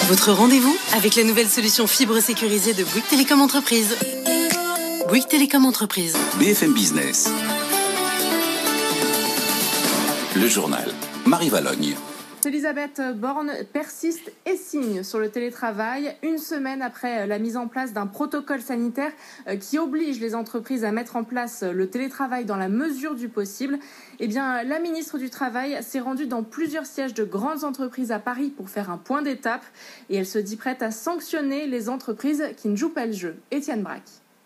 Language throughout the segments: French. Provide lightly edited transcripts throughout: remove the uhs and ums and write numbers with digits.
Votre rendez-vous avec la nouvelle solution fibre sécurisée de Bouygues Télécom Entreprise. Bouygues Télécom Entreprise. BFM Business. Le journal. Marie Valogne. Elisabeth Borne persiste et signe sur le télétravail une semaine après la mise en place d'un protocole sanitaire qui oblige les entreprises à mettre en place le télétravail dans la mesure du possible. Eh bien, la ministre du Travail s'est rendue dans plusieurs sièges de grandes entreprises à Paris pour faire un point d'étape et elle se dit prête à sanctionner les entreprises qui ne jouent pas le jeu. Étienne Braque.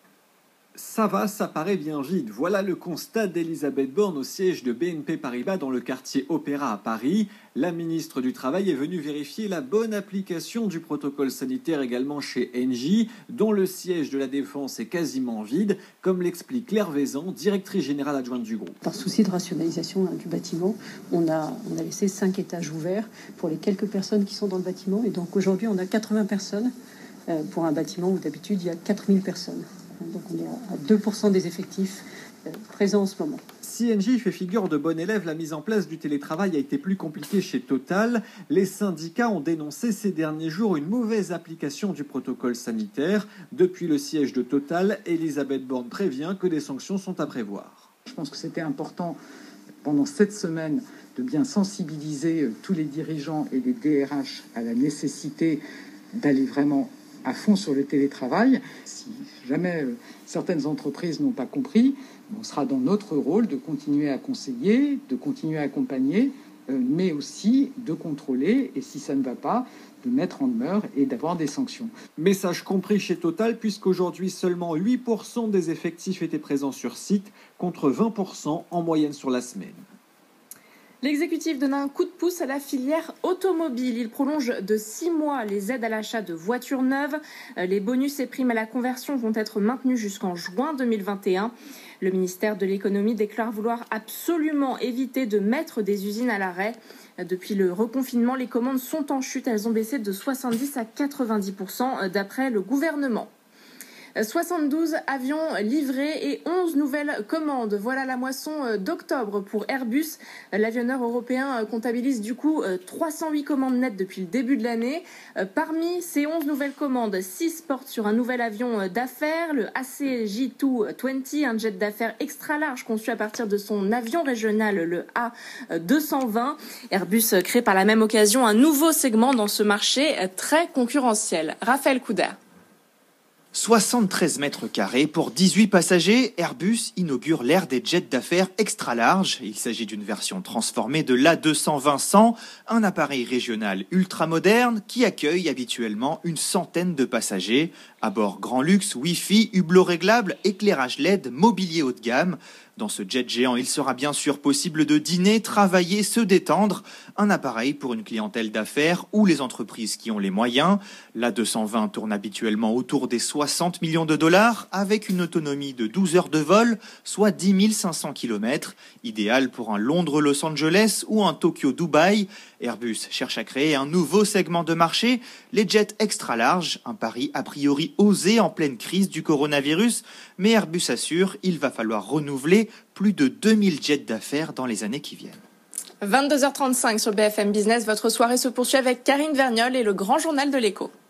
Ça va, ça paraît bien vide. Voilà le constat d'Elisabeth Borne au siège de BNP Paribas dans le quartier Opéra à Paris. La ministre du Travail est venue vérifier la bonne application du protocole sanitaire également chez Engie, dont le siège de la Défense est quasiment vide, comme l'explique Claire Vaizan, directrice générale adjointe du groupe. Par souci de rationalisation du bâtiment, on a laissé 5 étages ouverts pour les quelques personnes qui sont dans le bâtiment. Et donc aujourd'hui, on a 80 personnes pour un bâtiment où d'habitude il y a 4000 personnes. Donc on est à 2% des effectifs présents en ce moment. Si Engie fait figure de bon élève, la mise en place du télétravail a été plus compliquée chez Total. Les syndicats ont dénoncé ces derniers jours une mauvaise application du protocole sanitaire. Depuis le siège de Total, Elisabeth Borne prévient que des sanctions sont à prévoir. Je pense que c'était important pendant cette semaine de bien sensibiliser tous les dirigeants et les DRH à la nécessité d'aller vraiment à fond sur le télétravail. Si jamais certaines entreprises n'ont pas compris, on sera dans notre rôle de continuer à conseiller, de continuer à accompagner, mais aussi de contrôler, et si ça ne va pas, de mettre en demeure et d'avoir des sanctions. Message compris chez Total, puisqu'aujourd'hui seulement 8% des effectifs étaient présents sur site, contre 20% en moyenne sur la semaine. L'exécutif donne un coup de pouce à la filière automobile. Il prolonge de 6 mois les aides à l'achat de voitures neuves. Les bonus et primes à la conversion vont être maintenus jusqu'en juin 2021. Le ministère de l'économie déclare vouloir absolument éviter de mettre des usines à l'arrêt. Depuis le reconfinement, les commandes sont en chute. Elles ont baissé de 70 à 90% d'après le gouvernement. 72 avions livrés et 11 nouvelles commandes. Voilà la moisson d'octobre pour Airbus. L'avionneur européen comptabilise du coup 308 commandes nettes depuis le début de l'année. Parmi ces 11 nouvelles commandes, 6 portent sur un nouvel avion d'affaires, le ACJ220, un jet d'affaires extra large conçu à partir de son avion régional, le A220. Airbus crée par la même occasion un nouveau segment dans ce marché très concurrentiel. Raphaël Couder. 73 mètres carrés pour 18 passagers, Airbus inaugure l'ère des jets d'affaires extra large. Il s'agit d'une version transformée de l'A220-100, un appareil régional ultra moderne qui accueille habituellement une centaine de passagers. À bord, grand luxe, Wi-Fi, hublot réglable, éclairage LED, mobilier haut de gamme. Dans ce jet géant, il sera bien sûr possible de dîner, travailler, se détendre. Un appareil pour une clientèle d'affaires ou les entreprises qui ont les moyens. L'A220 tourne habituellement autour des 60 millions de dollars avec une autonomie de 12 heures de vol, soit 10 500 km. Idéal pour un Londres-Los Angeles ou un Tokyo-Dubaï. Airbus cherche à créer un nouveau segment de marché, les jets extra larges, un pari a priori osé en pleine crise du coronavirus, mais Airbus assure il va falloir renouveler plus de 2000 jets d'affaires dans les années qui viennent. 22h35 sur BFM Business, votre soirée se poursuit avec Karine Vergnol et le grand journal de l'écho.